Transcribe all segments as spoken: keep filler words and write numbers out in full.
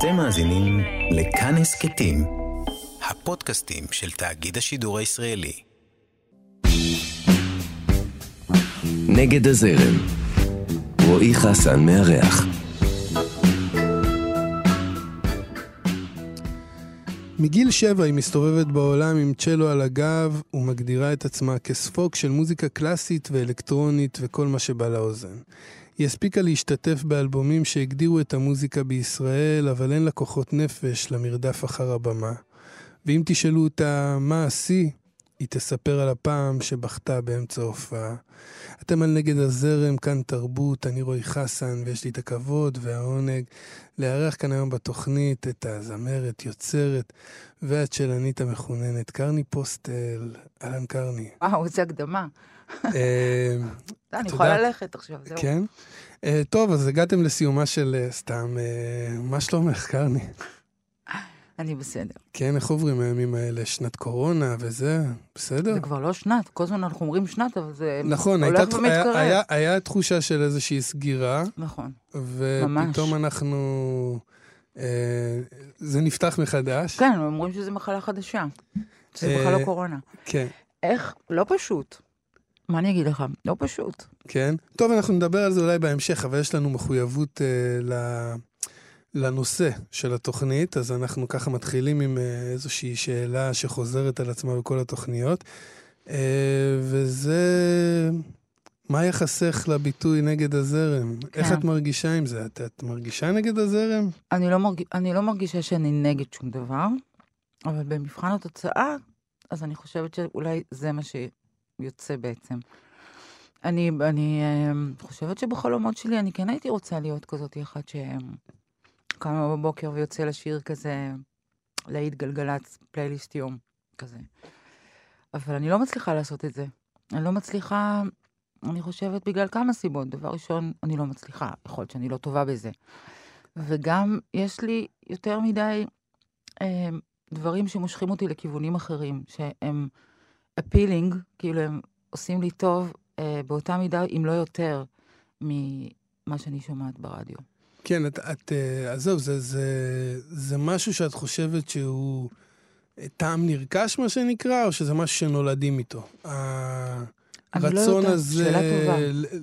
אתם מאזינים לכאן הסכתים, הפודקאסטים של תאגיד השידור הישראלי. נגד הזרם, רועי חסן מארח. מגיל שבע היא מסתובבת בעולם עם צ'לו על הגב ומגדירה את עצמה כספוק של מוזיקה קלאסית ואלקטרונית וכל מה שבא לאוזן. היא הספיקה להשתתף באלבומים שהגדירו את המוזיקה בישראל, אבל אין לה כוחות נפש למרדף אחר הבמה. ואם תשאלו אותה מה עשי, היא תספר על הפעם שבכתה באמצע הופעה. אתם על נגד הזרם, כאן תרבות, אני רועי חסן, ויש לי את הכבוד והעונג לארח כאן היום בתוכנית את הזמרת, יוצרת והצ'לנית המכוננת, קרני פוסטל. אהלן קרני. וואו, זה הקדמה. אני יכולה ללכת עכשיו, זהו. כן? טוב, אז הגעתם לסיומה של סתם, מה שלומך קרני? אני בסדר. כן, איך עוברים הימים האלה? שנת קורונה וזה, בסדר? זה כבר לא שנת, כל זמן אנחנו אומרים שנת, אבל זה נכון, הולך ומתקרב. היה, היה תחושה של איזושהי סגירה. נכון, ופתאום ממש. אנחנו, אה, זה נפתח מחדש. כן, אומרים שזה מחלה חדשה. זה בכלל לא קורונה. כן. איך? לא פשוט. מה אני אגיד לך? לא פשוט. כן. טוב, אנחנו נדבר על זה אולי בהמשך, אבל יש לנו מחויבות אה, ל... לנושא של התוכנית, אז אנחנו ככה מתחילים עם איזושהי שאלה שחוזרת על עצמה בכל התוכניות, וזה, מה יחסך לביטוי נגד הזרם? כן. איך את מרגישה עם זה? את, את מרגישה נגד הזרם? אני לא, מרג... אני לא מרגישה שאני נגד שום דבר, אבל במבחן התוצאה, אז אני חושבת שאולי זה מה שיוצא בעצם. אני, אני חושבת שבחלומות שלי, אני כן הייתי רוצה להיות כזאת אחת ש... קמה בבוקר ויוצא לשיר כזה, להיט גלגלצ, פלייליסט יום, כזה. אבל אני לא מצליחה לעשות את זה. אני לא מצליחה, אני חושבת, בגלל כמה סיבות. דבר ראשון, אני לא מצליחה, יכול להיות שאני לא טובה בזה. וגם יש לי יותר מדי אה, דברים שמושכים אותי לכיוונים אחרים, שהם אפילינג, כאילו הם עושים לי טוב אה, באותה מידה, אם לא יותר, ממה שאני שומעת ברדיו. כן, את, את, עזוב, זה, זה, זה משהו שאת חושבת שהוא טעם נרכש, מה שנקרא, או שזה משהו שנולדים איתו? הרצון הזה, שאלה טובה.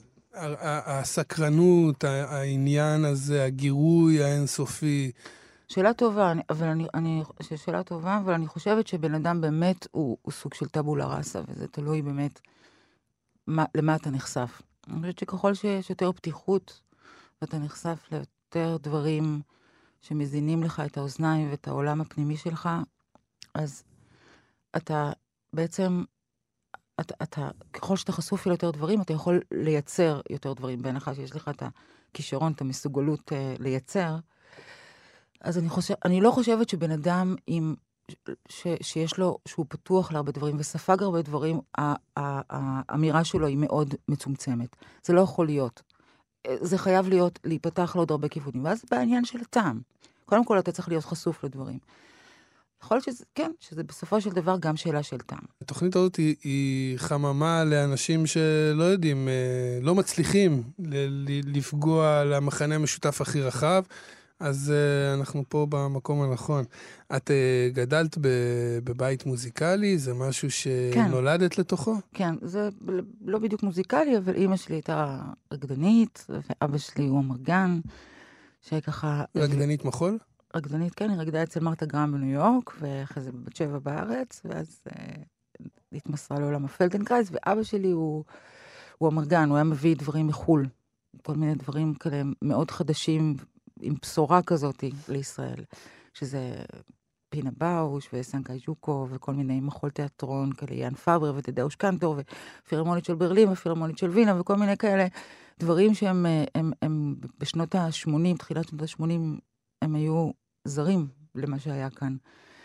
הסקרנות, העניין הזה, הגירוי האינסופי. שאלה טובה, אבל אני, אני, שאלה טובה, אבל אני חושבת שבן אדם באמת הוא, הוא סוג של טבולה ראסה, וזה תלוי באמת מה, למה אתה נחשף. אני חושבת שככל שיש יותר פתיחות, ואתה נחשף ליותר דברים שמזינים לך את האוזניים ואת העולם הפנימי שלך, אז אתה בעצם, אתה, אתה, ככל שאתה חשוף ליותר דברים, אתה יכול לייצר יותר דברים, בהנחה שיש לך את הכישרון, את המסוגלות אה, לייצר. אז אני, חושב, אני לא חושבת שבן אדם עם, ש, שיש לו, שהוא פתוח להרבה דברים וספג הרבה דברים, האמירה שלו היא מאוד מצומצמת. זה לא יכול להיות. זה חייב להיות, להיפתח לעוד הרבה כיוונים. ואז בעניין של הטעם. קודם כל, אתה צריך להיות חשוף לדברים. יכול להיות שזה, כן, שזה בסופו של דבר גם שאלה של טעם. התוכנית הזאת היא, היא חממה לאנשים שלא יודעים, לא מצליחים לפגוע למחנה המשותף הכי רחב, אז אנחנו פה במקום הנכון. את גדלת בבית מוזיקלי, זה משהו שנולדת לתוכו? כן, זה לא בדיוק מוזיקלי, אבל אמא שלי הייתה רקדנית, ואבא שלי הוא אמרגן, שככה... רקדנית מחול? רקדנית, כן, היא רקדה אצל מרתה גרם בניו יורק, ואחרי זה בת שבע בארץ, ואז התמסרה לעולם הפלדנקרייז, ואבא שלי הוא אמרגן, הוא היה מביא דברים מחול, כל מיני דברים כאלה מאוד חדשים, עם בשורה כזאת לישראל, שזה פינה באוש וסנקאי ג'וקו וכל מיני מחול תיאטרון כאלה, יאן פאבר ותדאוש קנטור ופירמונית של ברלין ופירמונית של וינה וכל מיני כאלה דברים שהם הם, הם בשנות ה-שמונים, תחילת שנות ה-שמונים, הם היו זרים למה שהיה כאן.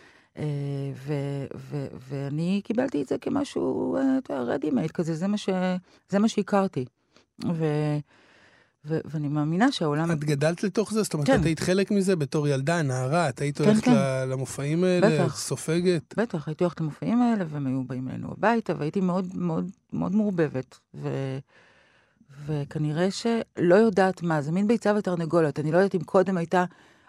ו, ו, ואני קיבלתי את זה כמשהו רדי-מייד כזה, זה מה, ש, זה מה שהכרתי. ו... ו- ואני מאמינה שהעולם... את גדלת לתוך זה? זאת אומרת, כן. את היית חלק מזה בתור ילדה, נערה, את היית כן, הולכת כן. למופעים האלה, בטח. סופגת? בטח, הייתי הולכת למופעים האלה, והם היו באים אלינו הביתה, והייתי מאוד מאוד מאוד מעורבבת. ו... וכנראה שלא יודעת מה, זה מין ביצה ותרנגולת. אני לא יודעת אם קודם הייתה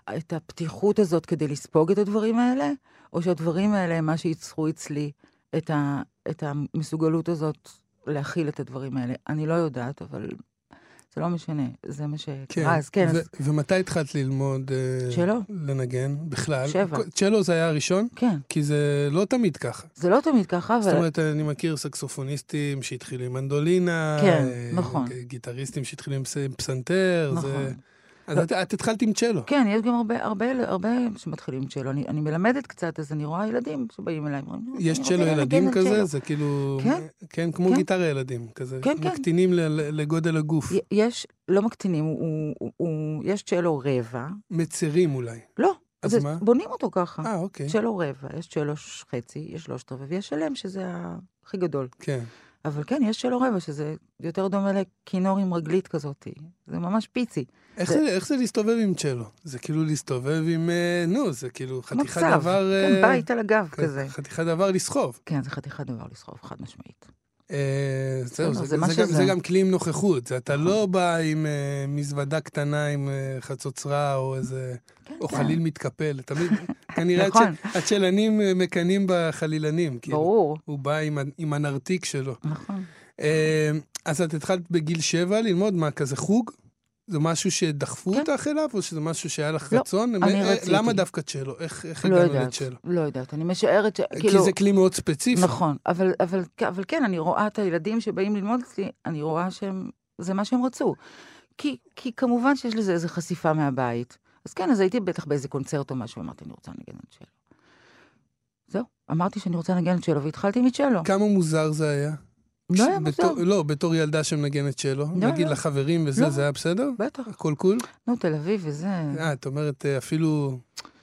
את הפתיחות הזאת כדי לספוג את הדברים האלה, או שהדברים האלה הם מה שייצרו אצלי את, ה, את המסוגלות הזאת להכיל את הדברים האלה. אני לא יודעת, אבל זה לא משנה, זה מה שקרה. כן, אז כן, ו- אז... ומתי התחלת ללמוד uh, צ'לו? לנגן בכלל? שבע. צ'לו זה היה הראשון? כן. כי זה לא תמיד ככה. זה לא תמיד ככה, אבל... זאת אומרת, אני מכיר סקסופוניסטים שהתחילו עם מנדולינה, כן, אה, נכון. גיטריסטים שהתחילו עם פס- פסנתר, נכון. זה... אז את, את התחלת עם צ'לו. כן, יש גם הרבה, הרבה, הרבה שמתחילים צ'לו. אני, אני מלמדת קצת, אז אני רואה ילדים שבאים אליי. יש צ'לו ילדים כזה? זה כאילו... כן. כן, כמו כן. גיטרה ילדים, כזה. כן, כן. מקטינים ל- לגודל הגוף. י- יש, לא מקטינים, הוא, הוא, הוא, יש צ'לו רבע. מצרים אולי. לא. אז זה, מה? בונים אותו ככה. אה, אוקיי. צ'לו רבע, יש צ'לו חצי, יש שלושת רבע, ויש שלם שזה הכי גדול. כן. אבל כן, יש צ'לו רבע, שזה יותר דומה לכינור עם רגלית כזאת. זה ממש פיצי. איך זה- זה, איך זה להסתובב עם צ'לו? זה כאילו להסתובב עם... אה, נו, זה כאילו חתיכת מצב, דבר... כן, אה, בית על הגב כזה. חתיכת דבר לסחוב. כן, זה חתיכת דבר לסחוב, חד משמעית. אה, זהו, בסדר, זה, זה מה זה, גם, שזה. זה גם כלי עם נוכחות. זה, אתה נכון. לא בא עם אה, מזוודה קטנה עם אה, חצוצרה או איזה... כן, או כן. חליל מתקפל. תמיד, כנראה נכון. הצ- הצ'לנים אה, מקנים בחלילנים. כאילו. ברור. הוא בא עם, ה- עם הנרתיק שלו. נכון. אה, אז את התחלת בגיל שבע ללמוד מה, כזה חוג? זה משהו שדחפו כן. אותך אליו, או שזה משהו שהיה לך לא, רצון? אני אה, רציתי. למה דווקא צ'לו? איך, איך לא הגענו יודעת, לצ'לו? לא יודעת. אני משערת ש... כי זה כלי מאוד ספציפי. נכון, אבל, אבל, אבל כן, אני רואה את הילדים שבאים ללמוד אצלי, אני רואה שהם, זה מה שהם רצו. כי, כי כמובן שיש לזה איזו חשיפה מהבית. אז כן, אז הייתי בטח באיזה קונצרט או משהו, אמרתי, אני רוצה לנגן את צ'לו. זהו, אמרתי שאני רוצה לנגן את צ'לו, והתחלתי מצ'לו. כמה מוזר זה היה? לא היה בתור- מוזר. לא, בתור ילדה שמנגנת צ'לו. נגיד לא. לחברים וזה, לא. זה היה בסדר? בטח. הכל קול? נו, תל אביב וזה. אה, את אומרת, אה, אפילו...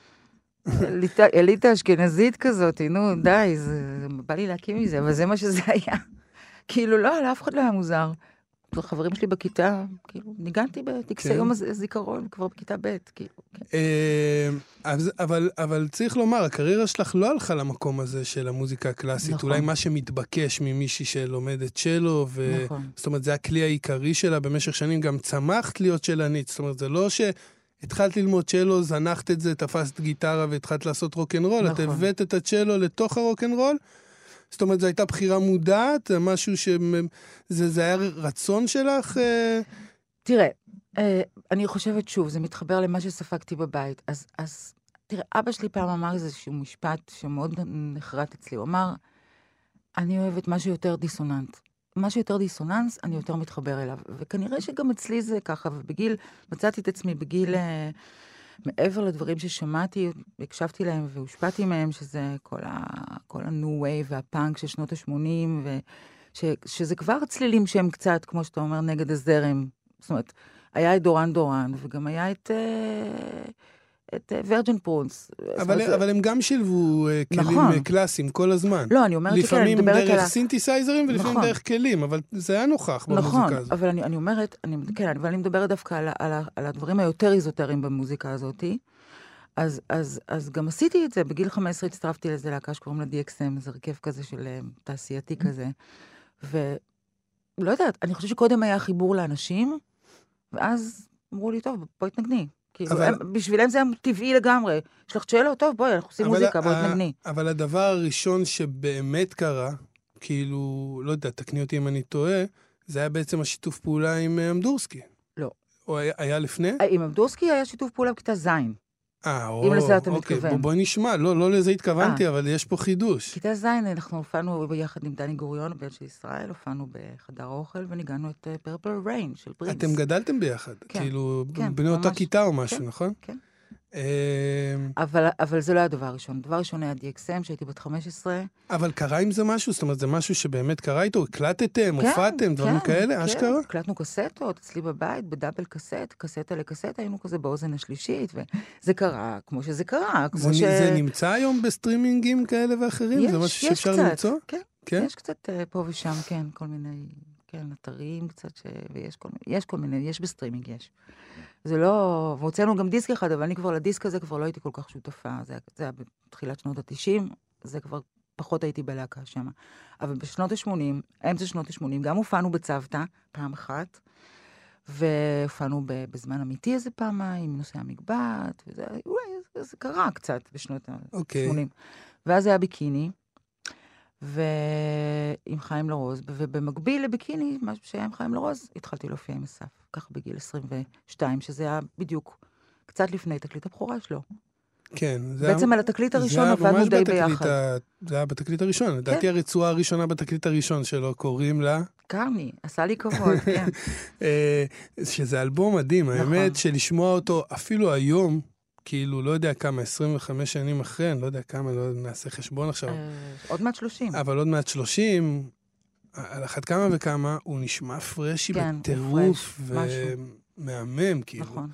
אליטה- אליטה אשכנזית כזאת, נו, די, זה, זה- בא לי להקים מזה, אבל זה מה שזה היה. כאילו, לא, לאף אחד לא היה מוזר. החברים שלי בכיתה, כאילו, ניגנתי בטקסי כן. יום הז- הזיכרון, כבר בכיתה ב', כאילו, כן. אה, אז- אבל, אבל צריך לומר, הקריירה שלך לא הלכה למקום הזה של המוזיקה הקלאסית. נכון. אולי מה שמתבקש ממישהי שלומדת צ'לו, ו... נכון. זאת אומרת, זה הכלי העיקרי שלה במשך שנים, גם צמחת להיות צ'לנית. זאת אומרת, זה לא שהתחלת ללמוד צ'לו, זנחת את זה, תפסת גיטרה והתחלת לעשות רוק'נ'רול, את נכון. הבאת את הצ'לו לתוך הרוק'נ'רול. זאת אומרת, זו הייתה בחירה מודעת, זה משהו ש... זה, זה היה רצון שלך? אה? תראה, אה, אני חושבת שוב, זה מתחבר למה שספגתי בבית. אז, אז תראה, אבא שלי פעם אמר איזשהו משפט שמאוד נחרט אצלי. הוא אמר, אני אוהבת משהו יותר דיסוננט. משהו יותר דיסוננס, אני יותר מתחבר אליו. וכנראה שגם אצלי זה ככה, ובגיל, מצאתי את עצמי בגיל, אה, מעבר לדברים ששמעתי, הקשבתי להם והושפעתי מהם, שזה כל ה, כל ה-new wave והפאנק של שנות ה-שמונים, וש, שזה כבר צלילים שהם קצת, כמו שאתה אומר, נגד הזרם. זאת אומרת, היה את דורן דורן, וגם היה את, אה, את וירג'ן פרונס. אבל, אבל הם גם שילבו אה, כלים נכון. אה, קלאסיים כל הזמן. לא, אני אומרת שכן, אני לפעמים מדברת על דרך ה... סינתסייזרים ולפעמים נכון. דרך כלים, אבל זה היה נוכח במוזיקה נכון, הזאת. אבל אני, אני אומרת, אני, כן, אבל אני מדברת דווקא על, ה- על, ה- על הדברים היותר איזוטריים במוזיקה הזאת. אז, אז, אז גם עשיתי את זה, בגיל חמש עשרה הצטרפתי לאיזה להקה שקוראים לה די אקס אם, זה הרכב כזה של אה, תעשייתי כזה. ולא יודעת, אני חושבת שקודם היה חיבור לאנשים, ואז אמרו לי, טוב, בואי תנגני. כאילו, אבל- הם, בשבילם זה היה טבעי לגמרי. יש לך צ'לו? טוב, בואי, אנחנו עושים אבל מוזיקה, בואי ה- תנגני. אבל הדבר הראשון שבאמת קרה, כאילו, לא יודע, תקני אותי אם אני טועה, זה היה בעצם השיתוף פעולה עם אה, אמדורסקי. לא. או היה, היה לפני? עם אמדורסקי היה שיתוף פעולה בכיתה ז'. אה, או, אם לזה אתה אוקיי, מתכוון. בוא, בוא נשמע, לא, לא לזה התכוונתי, אבל יש פה חידוש. כיתה ז' אנחנו הופענו ביחד עם דני גוריון, הבן של ישראל, הופענו בחדר האוכל וניגענו את פרפל ריין של פרינס. אתם גדלתם ביחד, כן, כאילו, כן, בני אותה ממש. כיתה או משהו, כן, נכון? כן. אה, אבל, אבל זה לא היה הדבר הראשון. הדבר הראשון היה די אקס אם, שהייתי בת חמש עשרה. אבל קרה עם זה משהו? זאת אומרת, זה משהו שבאמת קרה איתו? הקלטתם, כן, הופעתם, דברים כן, כאלה? כן. אשכרה? הקלטנו קסטות אצלי בבית, בדאבל קסט, קסטה לקסטה, היינו כזה באוזן השלישית, וזה קרה כמו שזה קרה, כמו זה, ש... זה נמצא היום בסטרימינגים כאלה ואחרים? יש, זה משהו יש שאפשר קצת, למצוא? כן, כן? יש קצת uh, פה ושם, כן, כל מיני, כן, אתרים קצת, ש... ויש כל מיני, יש כל מיני, יש בסטרימינג, יש. זה לא, והוצאנו גם דיסק אחד, אבל אני כבר לדיסק הזה כבר לא הייתי כל כך שותפה, זה, היה- זה היה בתחילת שנות ה-תשעים, זה כבר פחות הייתי בלהקה שם. אבל בשנות ה-שמונים, אמצע שנות ה-שמונים, גם הופענו בצוותא, פעם אחת, והופענו בזמן אמיתי איזה פעמיים, עם נושא המגבעת, וזה, אולי, זה, זה קרה קצת בשנות ה-שמונים. Okay. ואז היה ביקיני, ועם חיים לרוז, ובמקביל לביקיני, משהו שהיה עם חיים לרוז, התחלתי להופיע עם אסף, ככה בגיל עשרים ושתיים, שזה היה בדיוק קצת לפני תקליט הבכורה שלו. כן. בעצם על התקליט הראשון עבדנו די ביחד. זה היה בתקליט הראשון. לדעתי הרצועה הראשונה בתקליט הראשון שלו, קוראים לה... קרני, עשה לי כבוד, כן. שזה אלבום מדהים, האמת שלשמוע אותו אפילו היום, כאילו, לא יודע כמה, עשרים וחמש שנים אחרי, אני לא יודע כמה, לא נעשה חשבון עכשיו. עוד מעט שלושים. אבל עוד מעט שלושים, על אחת כמה וכמה, הוא נשמע פרשי בטירוף ומהמם, כאילו. נכון.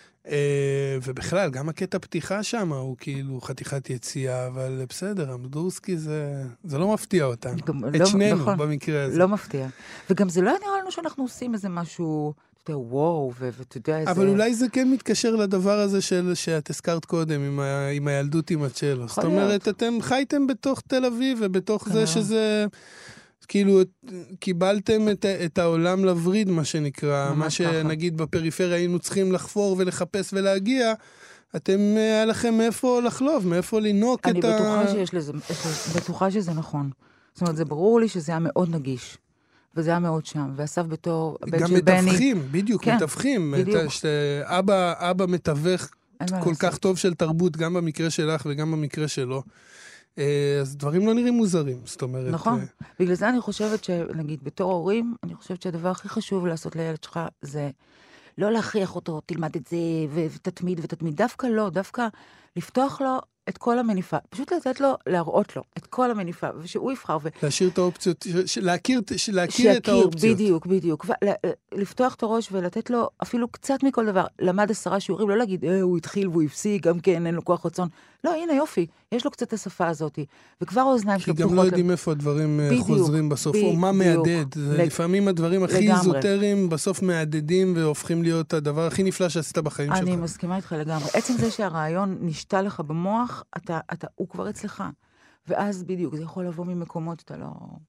ובכלל, גם הקטע פתיחה שם הוא כאילו חתיכת יציאה, אבל בסדר, אמדורסקי זה לא מפתיע אותנו. את שנינו במקרה הזה. לא מפתיע. וגם זה לא נראה לנו שאנחנו עושים איזה משהו... וואו, ואתה יודע איזה... אבל אולי זה כן מתקשר לדבר הזה של שאת הזכרת קודם, עם, ה... עם הילדות עם הצ'לו. זאת אומרת, אתם חייתם בתוך תל אביב, ובתוך זה שזה... כאילו, קיבלתם את, את העולם לבריד, מה שנקרא. מה שנגיד בפריפריה היינו צריכים לחפור ולחפש ולהגיע. אתם, היה לכם מאיפה לחלוב, מאיפה לנוק את ה... אני בטוחה שיש לזה, בטוחה שזה נכון. זאת אומרת, זה ברור לי שזה היה מאוד נגיש. וזה היה מאוד שם, ואסף בתור בן של בני... גם מתווכים, בדיוק, כן, מתווכים. בדיוק. אבא, אבא מתווך כל כך טוב של תרבות, גם במקרה שלך וגם במקרה שלו. אז דברים לא נראים מוזרים, זאת אומרת... נכון. בגלל זה אני חושבת שנגיד, בתור הורים, אני חושבת שהדבר הכי חשוב לעשות לילד שלך, זה לא להכריח אותו, תלמד את זה, ותתמיד ותתמיד. דווקא לא, דווקא לפתוח לו את כל המניפה. פשוט לתת לו, להראות לו את כל המניפה, ושהוא יבחר. ו... להשאיר את האופציות, להכיר, להכיר את האופציות. בדיוק, בדיוק. לפתוח את הראש ולתת לו אפילו קצת מכל דבר. למד עשרה שיעורים, לא להגיד, אה, הוא התחיל והוא הפסיק, גם כן, אין לו כוח רצון. לא, הנה יופי, יש לו קצת את השפה הזאת. וכבר האוזניים שלו פתוחות. כי גם לא יודעים איפה הדברים חוזרים בסוף, או מה מעדד. לפעמים הדברים הכי איזוטריים בסוף מעדדים והופכים להיות הדבר הכי נפלא שעשית בחיים שלך. אני מסכימה איתך לגמרי. עצם זה שהרעיון נשתה לך במוח, אתה, אתה, הוא כבר אצלך. ואז בדיוק, זה יכול לבוא ממקומות, אתה לא...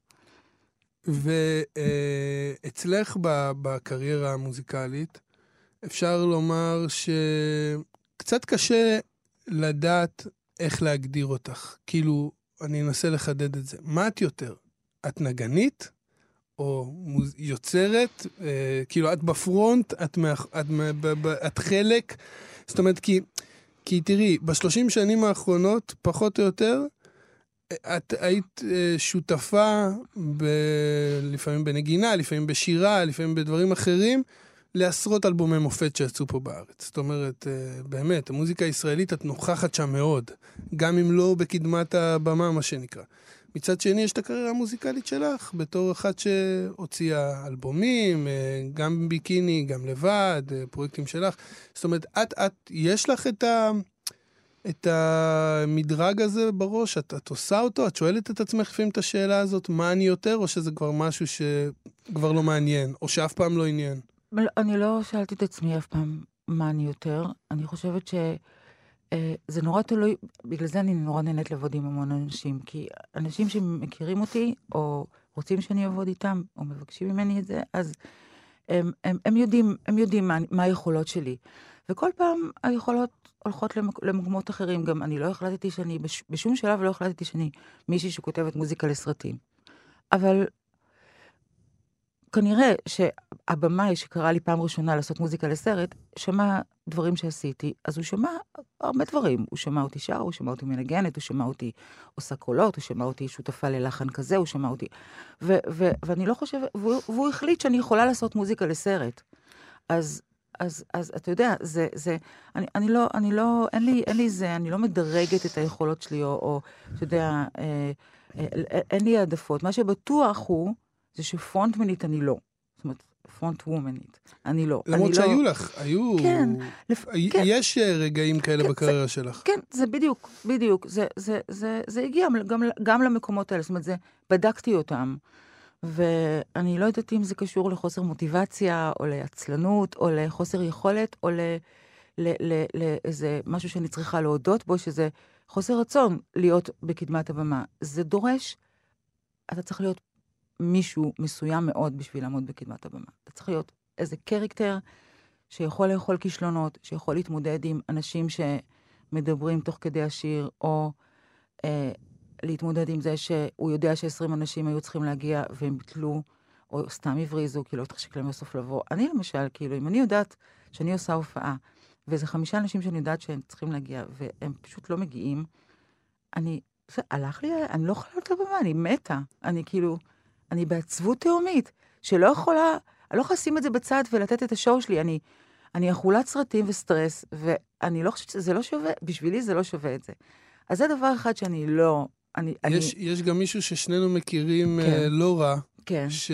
ואצלך בקריירה המוזיקלית, אפשר לומר שקצת קשה לדעת איך להגדיר אותך. כאילו, אני אנסה לחדד את זה. מה את יותר? את נגנית? או יוצרת? כאילו, את בפרונט? את, את, את חלק? זאת אומרת, כי... כי תראי, בשלושים שנים האחרונות, פחות או יותר, את היית שותפה ב... לפעמים בנגינה, לפעמים בשירה, לפעמים בדברים אחרים, לעשרות אלבומי מופת שיצאו פה בארץ. זאת אומרת, באמת, המוזיקה הישראלית את נוכחת שם מאוד, גם אם לא בקדמת הבמה, מה שנקרא. מצד שני, יש את הקריירה המוזיקלית שלך, בתור אחת שהוציאה אלבומים, גם ביקיני, גם לבד, פרויקטים שלך. זאת אומרת, את, את, יש לך את ה... את המדרג הזה בראש, את, את עושה אותו, את שואלת את עצמך לפעמים את השאלה הזאת, מה אני יותר, או שזה כבר משהו שכבר לא מעניין, או שאף פעם לא עניין? אני לא שאלתי את עצמי אף פעם מה אני יותר. אני חושבת שזה נורא תלוי, בגלל זה אני נורא נהנית לעבוד עם המון אנשים, כי אנשים שמכירים אותי, או רוצים שאני אעבוד איתם, או מבקשים ממני את זה, אז הם, הם, הם יודעים, הם יודעים מה, מה היכולות שלי. וכל פעם היכולות הולכות למקומות אחרים. גם אני לא החלטתי שאני, בש, בשום שלב לא החלטתי שאני מישהי שכותבת מוזיקה לסרטים. אבל כנראה שהבמאי שקרא לי פעם ראשונה לעשות מוזיקה לסרט, שמע דברים שעשיתי, אז הוא שמע הרבה דברים. הוא שמע אותי שר, הוא שמע אותי מנגנת, הוא שמע אותי עושה קולות, הוא שמע אותי שותפה ללחן כזה, הוא שמע אותי... ו- ו- ואני לא חושבת... והוא, והוא החליט שאני יכולה לעשות מוזיקה לסרט. אז... אז, אז אתה יודע, זה, זה, אני, אני לא, אני לא, אין לי, אין לי זה, אני לא מדרגת את היכולות שלי, או, או, אתה יודע, אה, אה, אין לי העדפות. מה שבטוח הוא, זה שפרונטמנית אני לא. זאת אומרת, פרונט וומנית. אני לא. למרות אני שהיו לא... לך, היו... כן. לפ... יש כן. רגעים כאלה כן, בקריירה זה, שלך. כן, זה בדיוק, בדיוק. זה, זה, זה, זה הגיע גם, גם למקומות האלה. זאת אומרת, זה, בדקתי אותם. ואני לא יודעת אם זה קשור לחוסר מוטיבציה, או לעצלנות, או לחוסר יכולת, או לאיזה משהו שאני צריכה להודות בו, שזה חוסר רצון להיות בקדמת הבמה. זה דורש, אתה צריך להיות מישהו מסוים מאוד בשביל לעמוד בקדמת הבמה. אתה צריך להיות איזה קרקטר שיכול לאכול כישלונות, שיכול להתמודד עם אנשים שמדברים תוך כדי השיר, או אה, להתמודד עם זה שהוא יודע ש-עשרים אנשים היו צריכים להגיע והם ביטלו, או סתם הבריזו, כי לא התחשק להם בסוף לבוא. אני למשל, כאילו, אם אני יודעת שאני עושה הופעה, ואיזה חמישה אנשים שאני יודעת שהם צריכים להגיע, והם פשוט לא מגיעים, אני, זה הלך לי, אני לא יכולה להיות לבמה, אני מתה. אני כאילו, אני בעצבות תאומית, שלא יכולה, אני לא יכולה לשים את זה בצד ולתת את השואו שלי. אני, אני אכולת סרטים וסטרס, ואני לא חושבת שזה לא שווה, בשבילי זה לא שווה את זה. אז זה דבר אחד שאני לא, אני... יש, אני... יש גם מישהו ששנינו מכירים כן. uh, לא רע, כן. ש...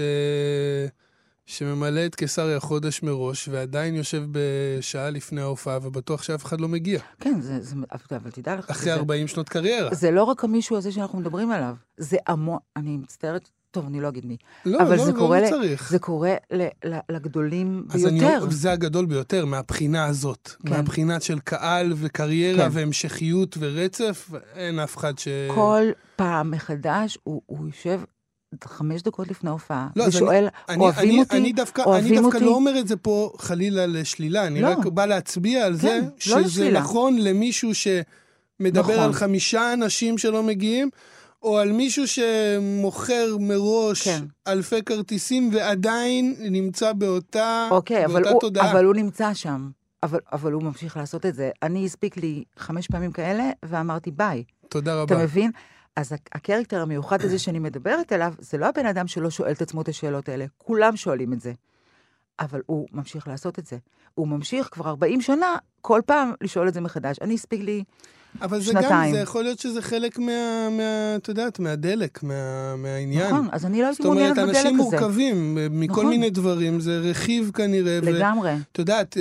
שממלא את קיסריה חודש מראש, ועדיין יושב בשעה לפני ההופעה, ובטוח שאף אחד לא מגיע. כן, זה, זה, אבל תדע לך... אחרי זה, ארבעים שנות קריירה. זה לא רק המישהו הזה שאנחנו מדברים עליו, זה המון, אני מצטערת, טוב, אני לא אגיד מי. לא, אבל לא, זה לא, קורה לא ל, צריך. זה קורה ל, ל, לגדולים אז ביותר. אני, זה הגדול ביותר, מהבחינה הזאת. כן. מהבחינה של קהל וקריירה כן. והמשכיות ורצף, אין אף אחד ש... כל פעם מחדש הוא, הוא יושב... חמש דקות לפני הופעה, לא, ושואל, אני, אוהבים אני, אותי, אני דווקא, אוהבים אני דווקא אותי. לא אומר את זה פה חלילה לשלילה, אני לא. רק בא להצביע על כן, זה, לא שזה לשלילה. נכון למישהו שמדבר נכון. על חמישה אנשים שלא מגיעים, או על מישהו שמוכר מראש כן. אלפי כרטיסים, ועדיין נמצא באותה, אוקיי, באותה אבל הוא, תודעה. אבל הוא נמצא שם, אבל, אבל הוא ממשיך לעשות את זה. אני הספיק לי חמש פעמים כאלה, ואמרתי ביי. תודה רבה. אתה מבין? אז הקרקטר המיוחד הזה שאני מדברת אליו, זה לא הבן אדם שלא שואל את עצמו את השאלות האלה. כולם שואלים את זה. אבל הוא ממשיך לעשות את זה. הוא ממשיך כבר ארבעים שנה, כל פעם לשאול את זה מחדש. אני הספיק לי אבל זה שנתיים. גם, זה יכול להיות שזה חלק מה, מה, אתה יודעת, מהדלק, מה, מהעניין. נכון, אז אני לא הייתי זאת אומרת, מעוניינת בדלק הזה. אנשים מורכבים מכל נכון. מיני דברים, זה רכיב כנראה. לגמרי. את יודעת,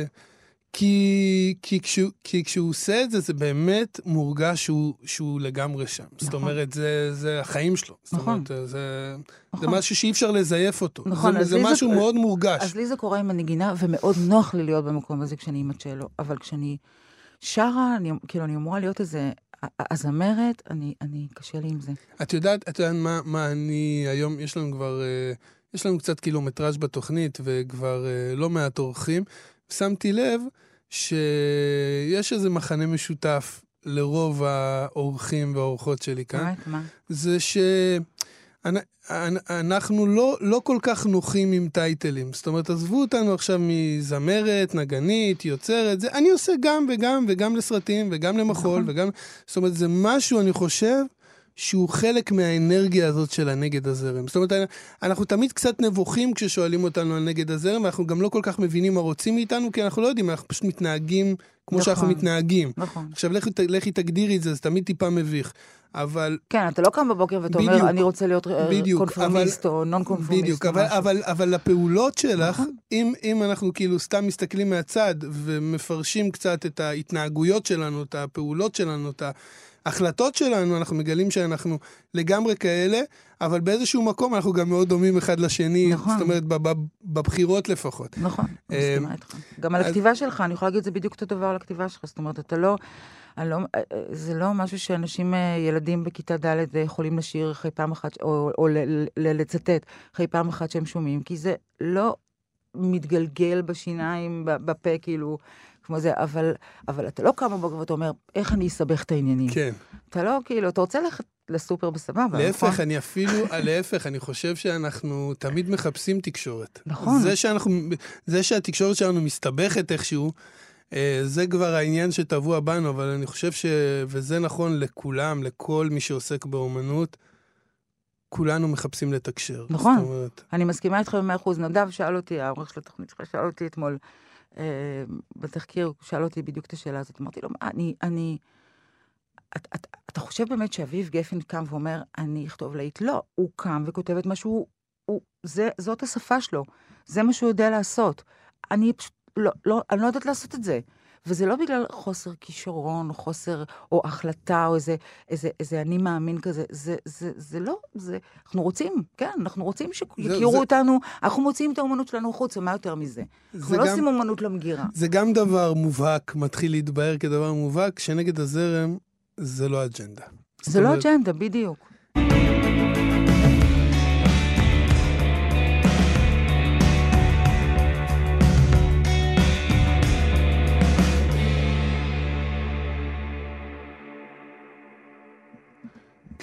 כי, כי, כשהוא, כי כשהוא עושה את זה, זה באמת מורגש שהוא, שהוא לגמרי שם. נכון. זאת אומרת, זה, זה החיים שלו. זאת נכון. אומרת, זה, נכון. זה משהו שאי אפשר לזייף אותו. נכון, זה, זה משהו זה, מאוד מורגש. אז לי זה קורה עם הנגינה, ומאוד נוח לי להיות במקום הזה כשאני עם הצ'לו. אבל כשאני שרה, אני, כאילו, אני אמורה להיות איזה... הזמרת, אני, אני קשה לי עם זה. את יודעת, את יודעת מה, מה אני, היום יש לנו כבר, יש לנו קצת קילומטראז' בתוכנית, וכבר לא מעט אורחים. שמתי לב שיש איזה מחנה משותף לרוב האורחים והאורחות שלי כאן. באמת, מה? זה שאנחנו לא, לא כל כך נוחים עם טייטלים. זאת אומרת, עזבו אותנו עכשיו מזמרת, נגנית, יוצרת. זה, אני עושה גם וגם וגם לסרטים וגם למחול. נכון. וגם, זאת אומרת, זה משהו, אני חושב, שהוא חלק מהאנרגיה הזאת של הנגד הזרם. זאת אומרת, אנחנו תמיד קצת נבוכים כששואלים אותנו על נגד הזרם, ואנחנו גם לא כל כך מבינים מה רוצים מאיתנו, כי אנחנו לא יודעים, אנחנו פשוט מתנהגים כמו נכון. שאנחנו מתנהגים. נכון. עכשיו, לכי, לכי תגדירי את זה, זה תמיד טיפה מביך. אבל... כן, אתה לא קם בבוקר ואתה בדיוק, אומר, אני רוצה להיות בדיוק, קונפורמיסט אבל, או נון קונפורמיסט. בדיוק, או אבל, משהו. אבל, אבל הפעולות שלך, נכון. אם, אם אנחנו כאילו סתם מסתכלים מהצד, ומפרשים קצת את ההתנהגויות שלנו, את הפעולות שלנו, את ההחלטות שלנו, אנחנו מגלים שאנחנו לגמרי כאלה, אבל באיזשהו מקום אנחנו גם מאוד דומים אחד לשני, נכון. זאת אומרת, בבחירות לפחות. נכון, אני מסכימה איתך. גם על הכתיבה שלך, אני יכולה להגיד את זה בדיוק אותו דבר על הכתיבה שלך, זאת אומרת, אתה לא... לא, זה לא משהו שאנשים, ילדים בכיתה ד' יכולים לשיר אחרי פעם אחת, או, או ל, ל, לצטט אחרי פעם אחת שהם שומעים, כי זה לא מתגלגל בשיניים, בפה, כאילו, כמו זה, אבל, אבל אתה לא קם בבוקר ואתה אומר, איך אני אסבך את העניינים? כן. אתה לא, כאילו, אתה רוצה ללכת לסופר בסבבה, להפך, נכון? אני אפילו, להפך, אני חושב שאנחנו תמיד מחפשים תקשורת. נכון. זה שאנחנו, זה שהתקשורת שלנו מסתבכת איכשהו, זה כבר העניין שטבוע בנו, אבל אני חושב ש... וזה נכון לכולם, לכל מי שעוסק באומנות, כולנו מחפשים לתקשר. נכון. זאת אומרת... אני מסכימה איתך במאה אחוז. נדב שאל אותי, העורך של התוכנית שלך שאל אותי אתמול, אה, בתחקיר, הוא שאל אותי בדיוק את השאלה הזאת. אמרתי לו, אני... אני... את, את, אתה חושב באמת שאביב גפן קם ואומר, אני אכתוב להיט? לא, הוא קם וכותב את משהו, הוא, זה, זאת השפה שלו. זה מה שהוא יודע לעשות. אני פשוט... לא, לא, אני לא יודעת לעשות את זה. וזה לא בגלל חוסר כישרון, או חוסר, או החלטה, או איזה, איזה, איזה אני מאמין כזה. זה, זה, זה לא, זה, אנחנו רוצים, כן, אנחנו רוצים שיכירו זה... אותנו, אנחנו מוצאים את האומנות שלנו חוץ, ומה יותר מזה? אנחנו לא גם, עושים אומנות למגירה. זה גם דבר מובהק, מתחיל להתבהר כדבר מובהק, שנגד הזרם, זה לא אג'נדה. זה לא אומרת... אג'נדה, בדיוק.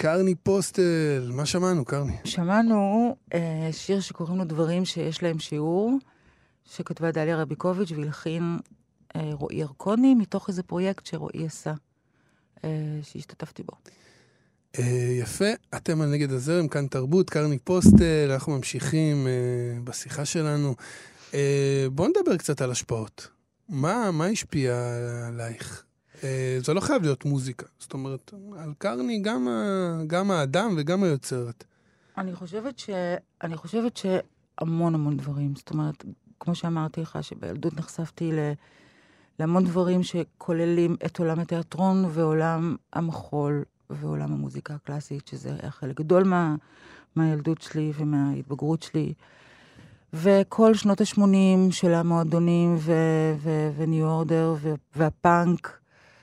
קרני פוסטל, מה שמענו, קרני? שמענו אה, שיר שקוראים לו דברים שיש להם שיעור, שכתבה דליה רביקוביץ' והלחין אה, רועי ירקוני, מתוך איזה פרויקט שרועי עשה, אה, שהשתתפתי בו. אה, יפה, אתם על נגד הזרם, כאן תרבות, קרני פוסטל, אנחנו ממשיכים אה, בשיחה שלנו. אה, בואו נדבר קצת על השפעות. מה, מה השפיע עלייך? אה, זה לא חייב להיות מוזיקה. זאת אומרת, על קרני גם, ה, גם האדם וגם היוצרת. אני חושבת ש... אני חושבת שהמון המון דברים. זאת אומרת, כמו שאמרתי לך, שבילדות נחשפתי ל... להמון דברים שכוללים את עולם התיאטרון ועולם המחול ועולם המוזיקה הקלאסית, שזה היה חלק גדול מה... מהילדות שלי ומההתבגרות שלי. וכל שנות ה-שמונים של המועדונים ו- ו- וניו אורדר ו- והפאנק,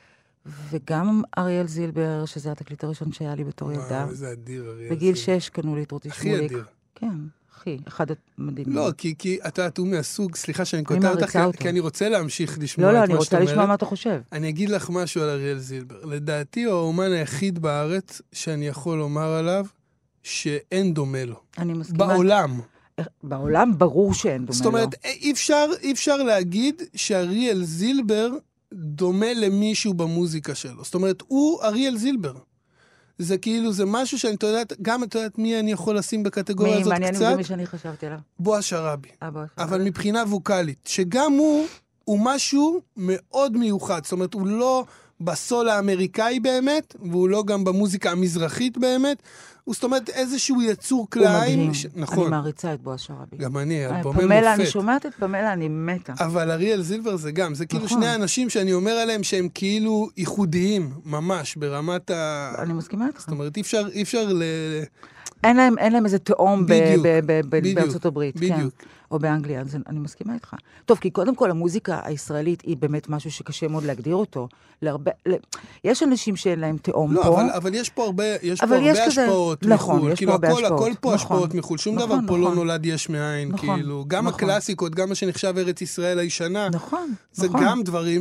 וגם אריאל זילבר, שזה התקליט הראשון שהיה לי בתור ילדה. וואו, איזה אדיר, אריאל. בגיל שש קנו לי את רותי שמוליק. הכי אדיר. כן, הכי, אחד המדהימים. לא, כי, כי אתה, אתה מהסוג, סליחה שאני אני כותב אותך, מעריצה אותו. כי אני רוצה להמשיך לשמוע לא, לא, את אני מה שאתה רוצה לשמוע אומרת. מה אתה חושב. אני אגיד לך משהו על אריאל זילבר. לדעתי הוא האומן היחיד בארץ שאני יכול לומר עליו שאין דומה לו. אני מסכימה. בעולם. בעולם ברור שאין דומה לו. זאת אומרת, אי אפשר, אי אפשר להגיד שאריאל זילבר דומה למישהו במוזיקה שלו. זאת אומרת, הוא אריאל זילבר. זה כאילו, זה משהו שאני יודעת, גם את יודעת מי אני יכול לשים בקטגוריה הזאת קצת. מי, מעניין מי שאני חשבתי עליו. בועז שרעבי. אה, בועז אבל שרעבי. מבחינה ווקלית, שגם הוא, הוא משהו מאוד מיוחד. זאת אומרת, הוא לא בסול האמריקאי באמת, והוא לא גם במוזיקה המזרחית באמת. הוא זאת אומרת איזשהו יצור כלאיים. הוא מדהים. ש... נכון. אני מעריצה את בועז שרעבי. גם אני, אה, אלבומי פמלה, אני מופת. שומעת את פמלה, אני מתה. אבל אריאל זילבר זה גם, זה כאילו נכון. שני אנשים שאני אומר עליהם שהם כאילו ייחודיים, ממש, ברמת ה... אני מסכימה איתך. זאת אומרת, אי אפשר, אי אפשר ל... אין להם, אין להם איזה תאום ב- בדיוק, ב- ב- ב- בדיוק, בארצות הברית, בדיוק. כן. או באנגליה, אז אני מסכימה איתך. טוב, כי קודם כל המוזיקה הישראלית היא באמת משהו שקשה מאוד להגדיר אותו. להרבה, ל... יש אנשים שאין להם תאום לא, פה. אבל, אבל יש פה הרבה, יש פה אבל יש הרבה כזה- השפעות נכון, מחול. יש כאילו, פה הרבה הכל, השפעות. הכל פה נכון. השפעות מחול. שום נכון, דבר פה לא נכון. נולד יש מאין, נכון, כאילו. גם נכון. הקלאסיקות, גם מה שנחשב ארץ ישראל הישנה. נכון, זה נכון. גם דברים